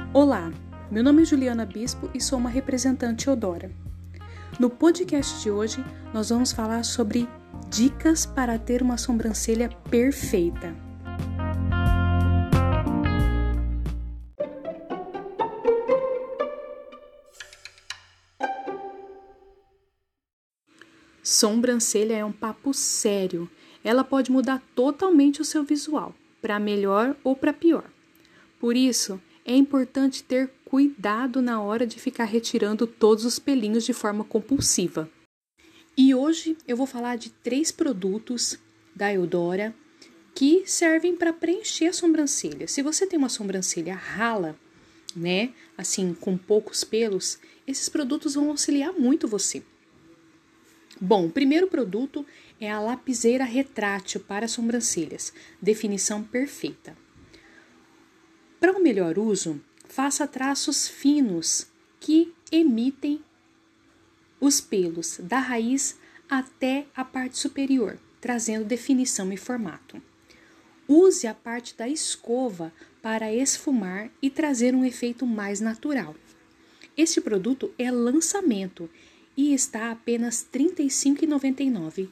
Olá, meu nome é Juliana Bispo e sou uma representante Eudora. No podcast de hoje, nós vamos falar sobre dicas para ter uma sobrancelha perfeita. Sobrancelha é um papo sério. Ela pode mudar totalmente o seu visual, para melhor ou para pior. Por isso, é importante ter cuidado na hora de ficar retirando todos os pelinhos de forma compulsiva. E hoje eu vou falar de 3 produtos da Eudora que servem para preencher a sobrancelha. Se você tem uma sobrancelha rala, assim, com poucos pelos, esses produtos vão auxiliar muito você. Bom, o primeiro produto é a lapiseira retrátil para sobrancelhas, definição perfeita. Para um melhor uso, faça traços finos que emitem os pelos da raiz até a parte superior, trazendo definição e formato. Use a parte da escova para esfumar e trazer um efeito mais natural. Este produto é lançamento e está a apenas R$ 35,99.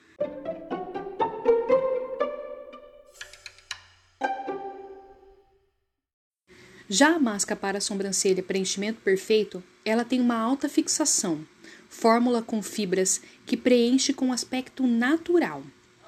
Já a máscara para a sobrancelha preenchimento perfeito, ela tem uma alta fixação, fórmula com fibras que preenche com aspecto natural.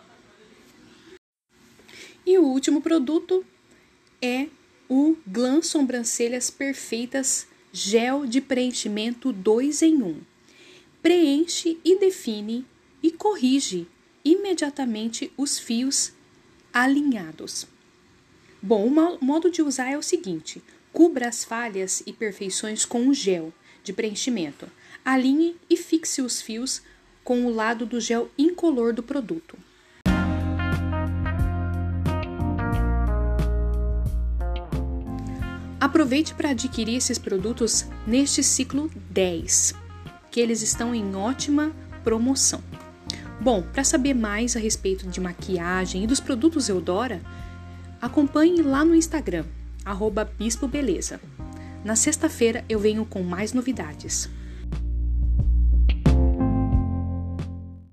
E o último produto é o Glam Sobrancelhas Perfeitas Gel de Preenchimento 2 em 1. Preenche e define e corrige imediatamente os fios alinhados. Bom, o modo de usar é o seguinte: cubra as falhas e imperfeições com um gel de preenchimento. Alinhe e fixe os fios com o lado do gel incolor do produto. Aproveite para adquirir esses produtos neste ciclo 10, que eles estão em ótima promoção. Bom, para saber mais a respeito de maquiagem e dos produtos Eudora, acompanhe lá no Instagram, @bispobeleza. Na sexta-feira eu venho com mais novidades.